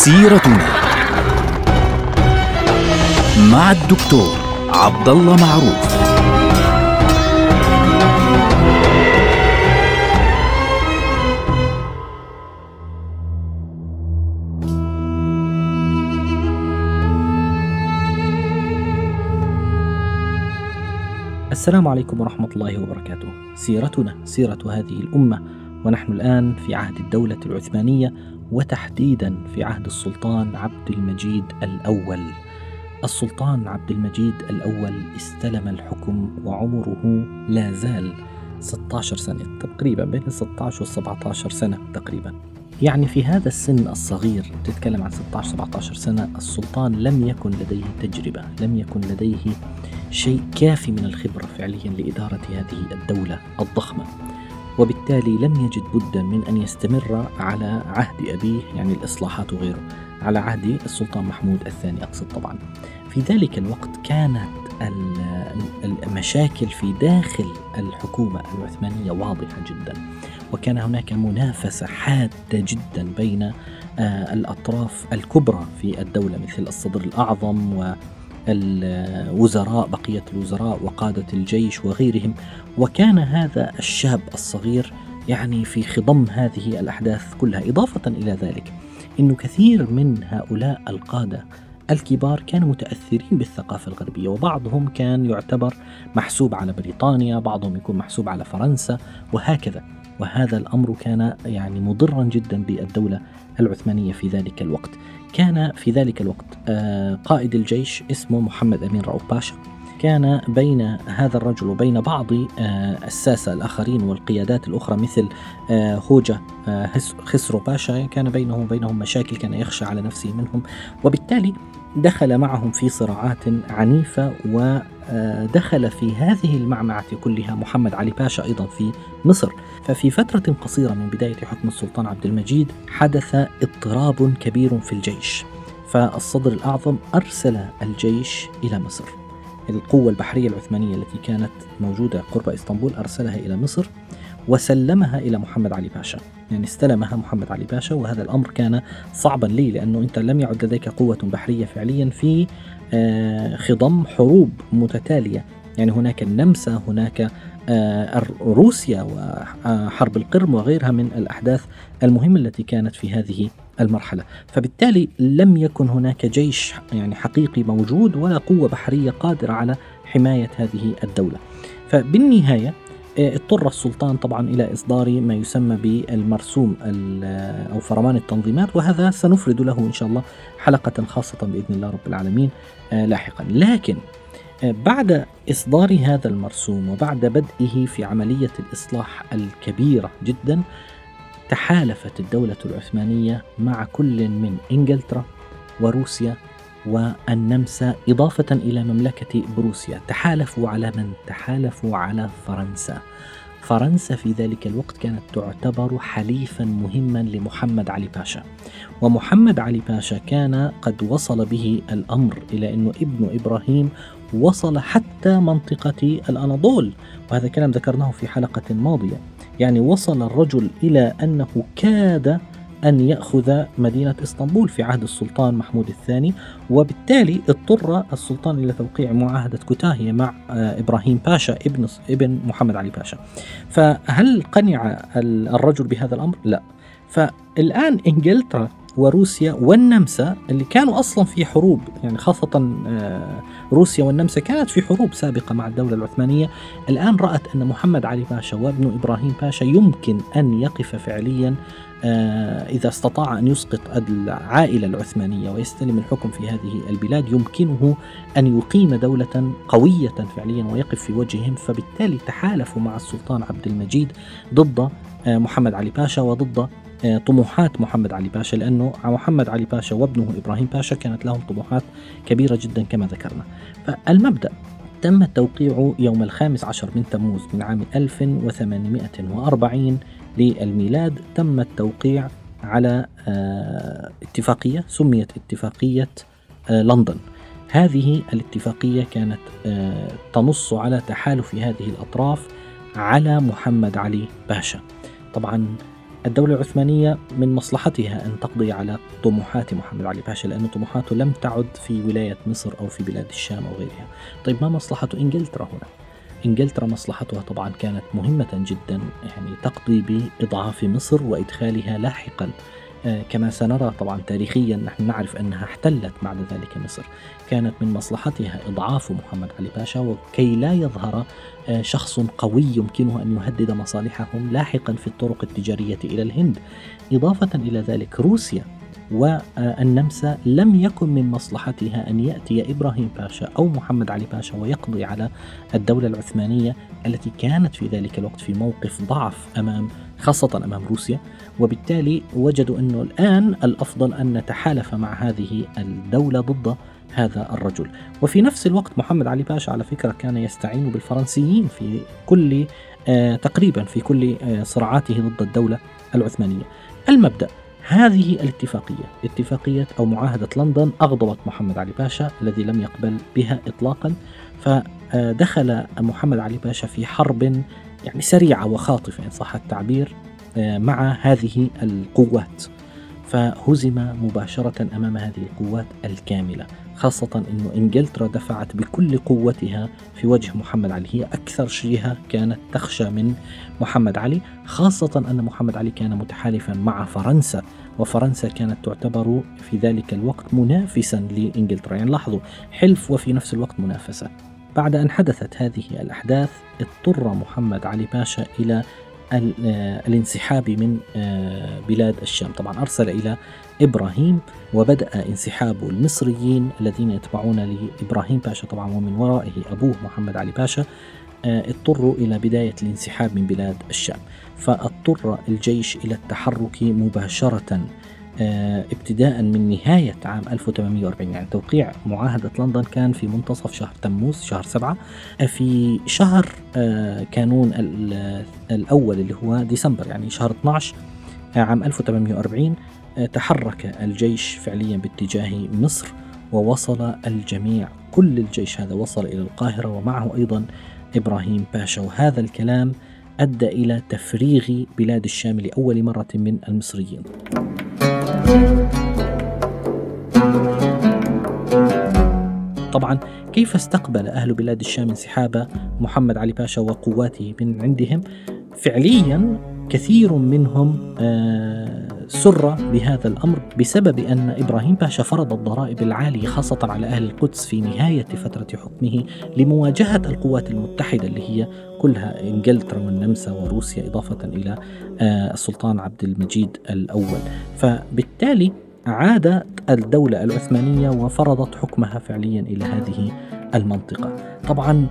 سيرتنا مع الدكتور عبد الله معروف. السلام عليكم ورحمة الله وبركاته. سيرتنا سيرة هذه الأمة، ونحن الآن في عهد الدولة العثمانية، وتحديدا في عهد السلطان عبد المجيد الأول. السلطان عبد المجيد الأول استلم الحكم وعمره لا زال 16 سنة تقريبا، بين 16 و 17 سنة تقريبا. يعني في هذا السن الصغير، تتكلم عن 16-17 سنة، السلطان لم يكن لديه تجربة، لم يكن لديه شيء كافي من الخبرة فعليا لإدارة هذه الدولة الضخمة، وبالتالي لم يجد بدا من أن يستمر على عهد أبيه، يعني الإصلاحات وغيره، على عهد السلطان محمود الثاني أقصد طبعا. في ذلك الوقت كانت المشاكل في داخل الحكومة العثمانية واضحة جدا، وكان هناك منافسة حادة جدا بين الأطراف الكبرى في الدولة، مثل الصدر الأعظم والوزراء، بقية الوزراء وقادة الجيش وغيرهم. وكان هذا الشاب الصغير يعني في خضم هذه الأحداث كلها. إضافة إلى ذلك، إنه كثير من هؤلاء القادة الكبار كانوا متأثرين بالثقافة الغربية، وبعضهم كان يعتبر محسوب على بريطانيا، بعضهم يكون محسوب على فرنسا وهكذا. وهذا الأمر كان يعني مضرا جدا بالدولة العثمانية في ذلك الوقت. كان في ذلك الوقت قائد الجيش اسمه محمد أمين رؤوف باشا. كان بين هذا الرجل وبين بعض الساسة الآخرين والقيادات الأخرى مثل هوجة خسرو باشا، كان بينه وبينهم مشاكل، كان يخشى على نفسه منهم، وبالتالي دخل معهم في صراعات عنيفة. ودخل في هذه المعمعة كلها محمد علي باشا أيضا في مصر. ففي فترة قصيرة من بداية حكم السلطان عبد المجيد حدث اضطراب كبير في الجيش، فالصدر الأعظم أرسل الجيش إلى مصر. القوة البحرية العثمانية التي كانت موجودة قرب إسطنبول أرسلها إلى مصر وسلمها إلى محمد علي باشا، يعني استلمها محمد علي باشا. وهذا الأمر كان صعبا لي، لأنه أنت لم يعد لديك قوة بحرية فعليا في خضم حروب متتالية، يعني هناك النمسا، هناك روسيا وحرب القرم وغيرها من الأحداث المهمة التي كانت في هذه المرحلة. فبالتالي لم يكن هناك جيش يعني حقيقي موجود ولا قوة بحرية قادرة على حماية هذه الدولة. فبالنهاية اضطر السلطان طبعا إلى إصدار ما يسمى بالمرسوم أو فرمان التنظيمات، وهذا سنفرد له إن شاء الله حلقة خاصة بإذن الله رب العالمين لاحقا. لكن بعد إصدار هذا المرسوم وبعد بدئه في عملية الإصلاح الكبيرة جدا، تحالفت الدولة العثمانية مع كل من إنجلترا وروسيا والنمسا، إضافة إلى مملكة بروسيا. تحالفوا على من؟ تحالفوا على فرنسا. فرنسا في ذلك الوقت كانت تعتبر حليفا مهما لمحمد علي باشا، ومحمد علي باشا كان قد وصل به الأمر إلى أنه ابن إبراهيم وصل حتى منطقة الأناضول، وهذا كلام ذكرناه في حلقة ماضية. يعني وصل الرجل إلى أنه كاد أن يأخذ مدينة إسطنبول في عهد السلطان محمود الثاني، وبالتالي اضطر السلطان إلى توقيع معاهدة كوتاهية مع إبراهيم باشا ابن محمد علي باشا. فهل قنع الرجل بهذا الأمر؟ لا. فالآن إنجلترا وروسيا والنمسا اللي كانوا أصلا في حروب، يعني خاصة روسيا والنمسا كانت في حروب سابقة مع الدولة العثمانية، الآن رأت أن محمد علي باشا وابن إبراهيم باشا يمكن أن يقف فعليا إذا استطاع أن يسقط العائلة العثمانية ويستلم الحكم في هذه البلاد، يمكنه أن يقيم دولة قوية فعليا ويقف في وجههم. فبالتالي تحالفوا مع السلطان عبد المجيد ضد محمد علي باشا وضد طموحات محمد علي باشا، لأنه محمد علي باشا وابنه إبراهيم باشا كانت لهم طموحات كبيرة جدا كما ذكرنا. فالمبدأ تم التوقيع يوم 15 من تموز من عام 1840 للميلاد. تم التوقيع على اتفاقية سميت اتفاقية لندن. هذه الاتفاقية كانت تنص على تحالف هذه الأطراف على محمد علي باشا. طبعا الدولة العثمانية من مصلحتها أن تقضي على طموحات محمد علي باشا، لأن طموحاته لم تعد في ولاية مصر أو في بلاد الشام أو غيرها. طيب ما مصلحة إنجلترا هنا؟ إنجلترا مصلحتها طبعا كانت مهمة جدا، يعني تقضي بإضعاف مصر وإدخالها لاحقا، كما سنرى طبعا تاريخيا نحن نعرف أنها احتلت بعد ذلك مصر. كانت من مصلحتها إضعاف محمد علي باشا وكي لا يظهر شخص قوي يمكنه أن يهدد مصالحهم لاحقا في الطرق التجارية إلى الهند. إضافة إلى ذلك روسيا والنمسا لم يكن من مصلحتها أن يأتي إبراهيم باشا أو محمد علي باشا ويقضي على الدولة العثمانية التي كانت في ذلك الوقت في موقف ضعف خاصة أمام روسيا، وبالتالي وجدوا أنه الآن الأفضل أن نتحالف مع هذه الدولة ضد هذا الرجل. وفي نفس الوقت محمد علي باشا على فكرة كان يستعين بالفرنسيين في كل تقريبا في كل صراعاته ضد الدولة العثمانية. المبدأ هذه اتفاقية أو معاهدة لندن أغضبت محمد علي باشا الذي لم يقبل بها إطلاقا، فدخل محمد علي باشا في حرب يعني سريعة وخاطفة إن صح التعبير مع هذه القوات، فهزم مباشرة أمام هذه القوات الكاملة، خاصة أنه إنجلترا دفعت بكل قوتها في وجه محمد علي. هي أكثر جهة كانت تخشى من محمد علي، خاصة أن محمد علي كان متحالفا مع فرنسا، وفرنسا كانت تعتبر في ذلك الوقت منافسا لإنجلترا، يعني لاحظوا حلف وفي نفس الوقت منافسة. بعد أن حدثت هذه الأحداث اضطر محمد علي باشا إلى الانسحاب من بلاد الشام. طبعا أرسل إلى إبراهيم وبدأ انسحاب المصريين الذين يتبعون لإبراهيم باشا طبعا ومن ورائه أبوه محمد علي باشا، اضطروا إلى بداية الانسحاب من بلاد الشام، فاضطر الجيش إلى التحرك مباشرة ابتداء من نهاية عام 1840. يعني توقيع معاهدة لندن كان في منتصف شهر تموز شهر 7. في شهر كانون الأول اللي هو ديسمبر يعني شهر 12 عام 1840 تحرك الجيش فعليا باتجاه مصر، ووصل الجميع كل الجيش هذا وصل إلى القاهرة ومعه أيضا إبراهيم باشا، وهذا الكلام أدى إلى تفريغ بلاد الشام لأول مرة من المصريين. طبعا كيف استقبل أهل بلاد الشام انسحاب محمد علي باشا وقواته من عندهم؟ فعليا كثير منهم سر بهذا الأمر بسبب أن إبراهيم باشا فرض الضرائب العالية خاصة على أهل القدس في نهاية فترة حكمه لمواجهة القوات المتحدة اللي هي كلها إنجلترا والنمسا وروسيا إضافة إلى السلطان عبد المجيد الأول. فبالتالي عادت الدولة العثمانية وفرضت حكمها فعليا إلى هذه المنطقة. طبعا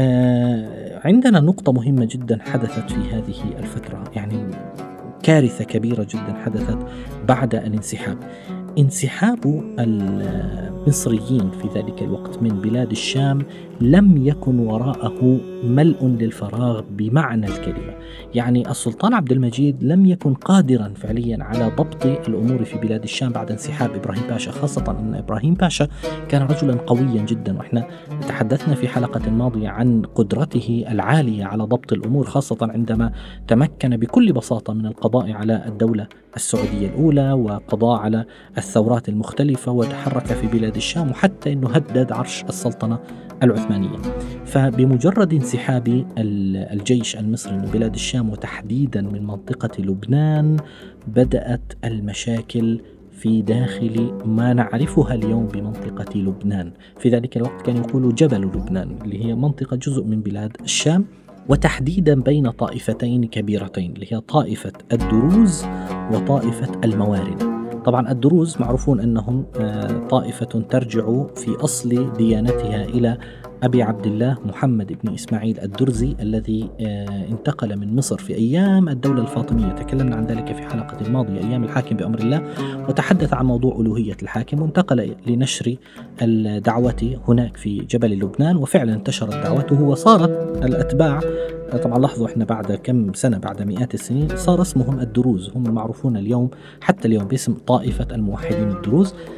عندنا نقطة مهمة جدا حدثت في هذه الفترة، يعني كارثة كبيرة جدا حدثت بعد الانسحاب. انسحاب المصريين في ذلك الوقت من بلاد الشام لم يكن وراءه ملء للفراغ بمعنى الكلمة، يعني السلطان عبد المجيد لم يكن قادرا فعليا على ضبط الأمور في بلاد الشام بعد انسحاب إبراهيم باشا، خاصة أن إبراهيم باشا كان رجلا قويا جدا، وإحنا تحدثنا في حلقة ماضية عن قدرته العالية على ضبط الأمور، خاصة عندما تمكن بكل بساطة من القضاء على الدولة السعودية الأولى وقضاء على الثورات المختلفة وتحرك في بلاد الشام، وحتى أنه هدد عرش السلطنة العثمانية. فبمجرد انسحاب الجيش المصري من بلاد الشام وتحديدا من منطقة لبنان بدأت المشاكل في داخل ما نعرفها اليوم بمنطقة لبنان. في ذلك الوقت كانوا يقولوا جبل لبنان اللي هي منطقة جزء من بلاد الشام، وتحديدا بين طائفتين كبيرتين اللي هي طائفة الدروز وطائفة الموارد. طبعا الدروز معروفون أنهم طائفة ترجع في أصل ديانتها إلى أبي عبد الله محمد بن إسماعيل الدرزي الذي انتقل من مصر في أيام الدولة الفاطمية، تكلمنا عن ذلك في حلقة الماضية أيام الحاكم بأمر الله، وتحدث عن موضوع ألوهية الحاكم، وانتقل لنشر الدعوة هناك في جبل لبنان، وفعلا انتشرت دعوته وصارت الأتباع طبعا لاحظوا احنا بعد كم سنة بعد مئات السنين صار اسمهم الدروز، هم المعروفون اليوم حتى اليوم باسم طائفة الموحدين الدروز.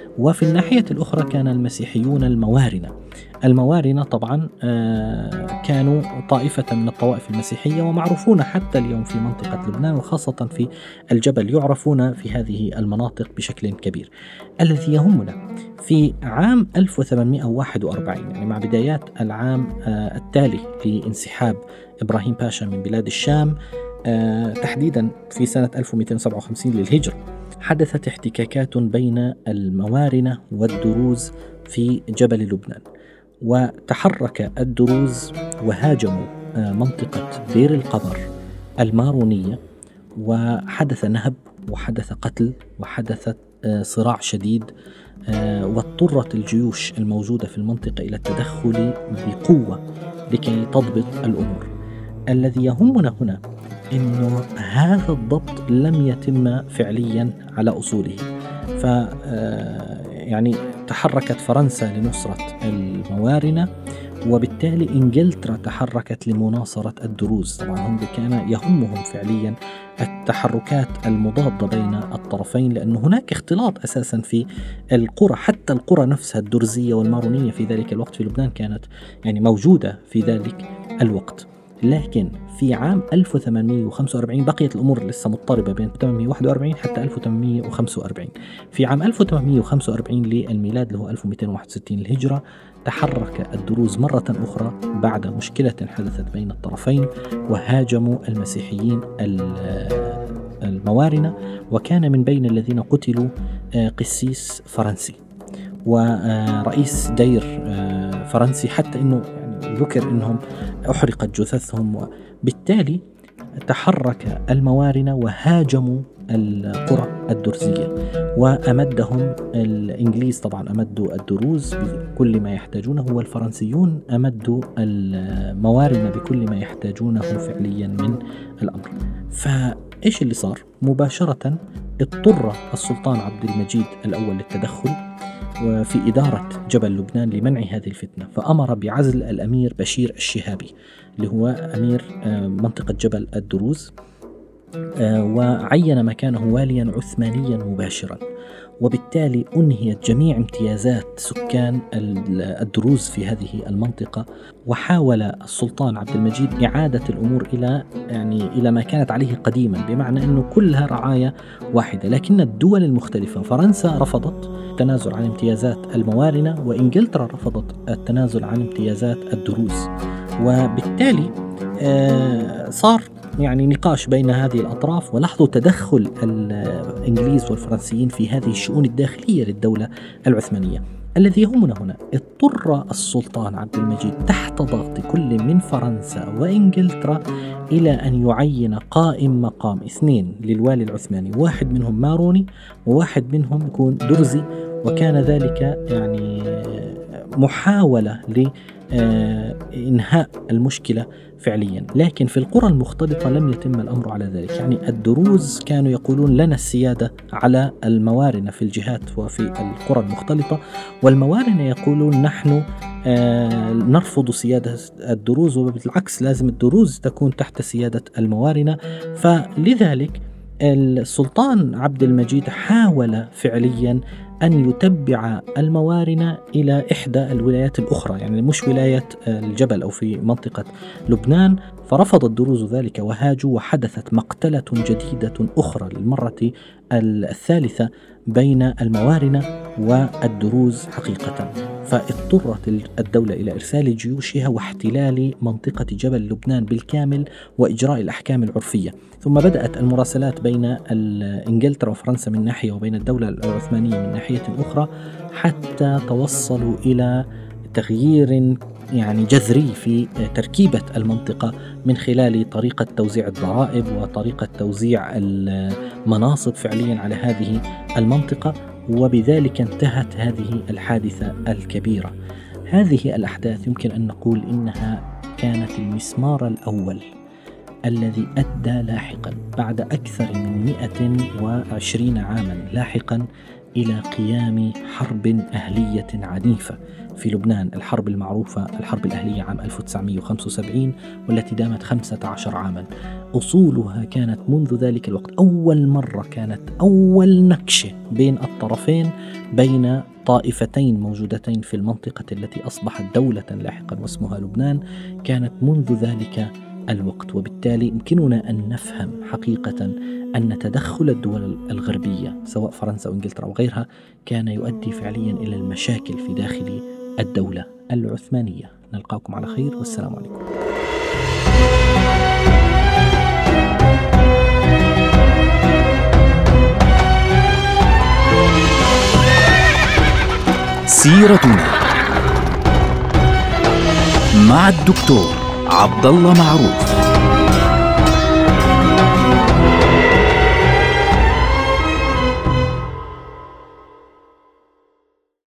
وفي الناحية الأخرى كان المسيحيون الموارنة طبعا كانوا طائفة من الطوائف المسيحية ومعروفون حتى اليوم في منطقة لبنان وخاصة في الجبل، يعرفون في هذه المناطق بشكل كبير. الذي يهمنا في عام 1841 يعني مع بدايات العام التالي لانسحاب إبراهيم باشا من بلاد الشام، تحديدا في سنة 1257 للهجرة، حدثت احتكاكات بين الموارنة والدروز في جبل لبنان، وتحرك الدروز وهاجموا منطقة دير القمر المارونية، وحدث نهب وحدث قتل وحدث صراع شديد، واضطرت الجيوش الموجودة في المنطقة إلى التدخل بقوة لكي تضبط الأمور. الذي يهمنا هنا إنه هذا الضبط لم يتم فعليا على أصوله، يعني تحركت فرنسا لنصرة الموارنة، وبالتالي إنجلترا تحركت لمناصرة الدروز. طبعا هم كان يهمهم فعليا التحركات المضادة بين الطرفين، لأن هناك اختلاط أساسا في القرى، حتى القرى نفسها الدرزية والمارونية في ذلك الوقت في لبنان كانت يعني موجودة في ذلك الوقت. لكن في عام 1845 بقيت الأمور لسه مضطربة بين 1841 حتى 1845. في عام 1845 للميلاد اللي هو 1261 الهجرة تحرك الدروز مرة أخرى بعد مشكلة حدثت بين الطرفين، وهاجموا المسيحيين الموارنة، وكان من بين الذين قتلوا قسيس فرنسي ورئيس دير فرنسي، حتى أنه يعني ذكر أنهم أحرقت جثثهم. وبالتالي تحرك الموارنة وهاجموا القرى الدرزية، وأمدهم الإنجليز طبعا أمدوا الدروز بكل ما يحتاجونه، والفرنسيون أمدوا الموارنة بكل ما يحتاجونه فعليا من الأمر. فإيش اللي صار؟ مباشرة اضطر السلطان عبد المجيد الأول للتدخل وفي إدارة جبل لبنان لمنع هذه الفتنة، فأمر بعزل الأمير بشير الشهابي اللي هو أمير منطقة جبل الدروز، وعين مكانه واليا عثمانيا مباشرا، وبالتالي أنهيت جميع امتيازات سكان الدروز في هذه المنطقة. وحاول السلطان عبد المجيد إعادة الأمور إلى ما كانت عليه قديما، بمعنى أنه كلها رعاية واحدة. لكن الدول المختلفة، فرنسا رفضت التنازل عن امتيازات الموارنة، وإنجلترا رفضت التنازل عن امتيازات الدروز، وبالتالي صار نقاش بين هذه الأطراف. ولاحظوا تدخل الإنجليز والفرنسيين في هذه الشؤون الداخلية للدولة العثمانية. الذي يهمنا هنا اضطر السلطان عبد المجيد تحت ضغط كل من فرنسا وإنجلترا إلى أن يعين قائم مقام 2 للوالي العثماني، واحد منهم ماروني وواحد منهم يكون درزي، وكان ذلك محاولة لإنهاء المشكلة فعليا. لكن في القرى المختلطة لم يتم الأمر على ذلك، الدروز كانوا يقولون لنا السيادة على الموارنة في الجهات وفي القرى المختلطة، والموارنة يقولون نحن نرفض سيادة الدروز، وبالعكس لازم الدروز تكون تحت سيادة الموارنة. فلذلك السلطان عبد المجيد حاول فعليا أن يتبع الموارنة إلى إحدى الولايات الأخرى، مش ولاية الجبل أو في منطقة لبنان، فرفض الدروز ذلك وهاجوا، وحدثت مقتلة جديدة أخرى للمرة الثالثة بين الموارنة والدروز حقيقة. فاضطرت الدولة إلى إرسال جيوشها واحتلال منطقة جبل لبنان بالكامل وإجراء الأحكام العرفية. ثم بدأت المراسلات بين إنجلترا وفرنسا من ناحية وبين الدولة العثمانية من ناحية أخرى، حتى توصلوا إلى تغيير جذري في تركيبة المنطقة من خلال طريقة توزيع الضرائب وطريقة توزيع المناصب فعليا على هذه المنطقة. وبذلك انتهت هذه الحادثة الكبيرة. هذه الأحداث يمكن أن نقول إنها كانت المسمار الأول الذي أدى لاحقا بعد أكثر من 120 عاما لاحقا إلى قيام حرب أهلية عنيفة في لبنان الحرب المعروفة الحرب الأهلية عام 1975 والتي دامت 15 عاما. أصولها كانت منذ ذلك الوقت أول مرة، كانت أول نكشة بين الطرفين، بين طائفتين موجودتين في المنطقة التي أصبحت دولة لاحقا واسمها لبنان، كانت منذ ذلك الوقت. وبالتالي يمكننا أن نفهم حقيقة أن تدخل الدول الغربية سواء فرنسا وإنجلترا وغيرها كان يؤدي فعليا إلى المشاكل في داخل الدولة العثمانية. نلقاكم على خير والسلام عليكم. سيرتنا مع الدكتور عبد الله معروف.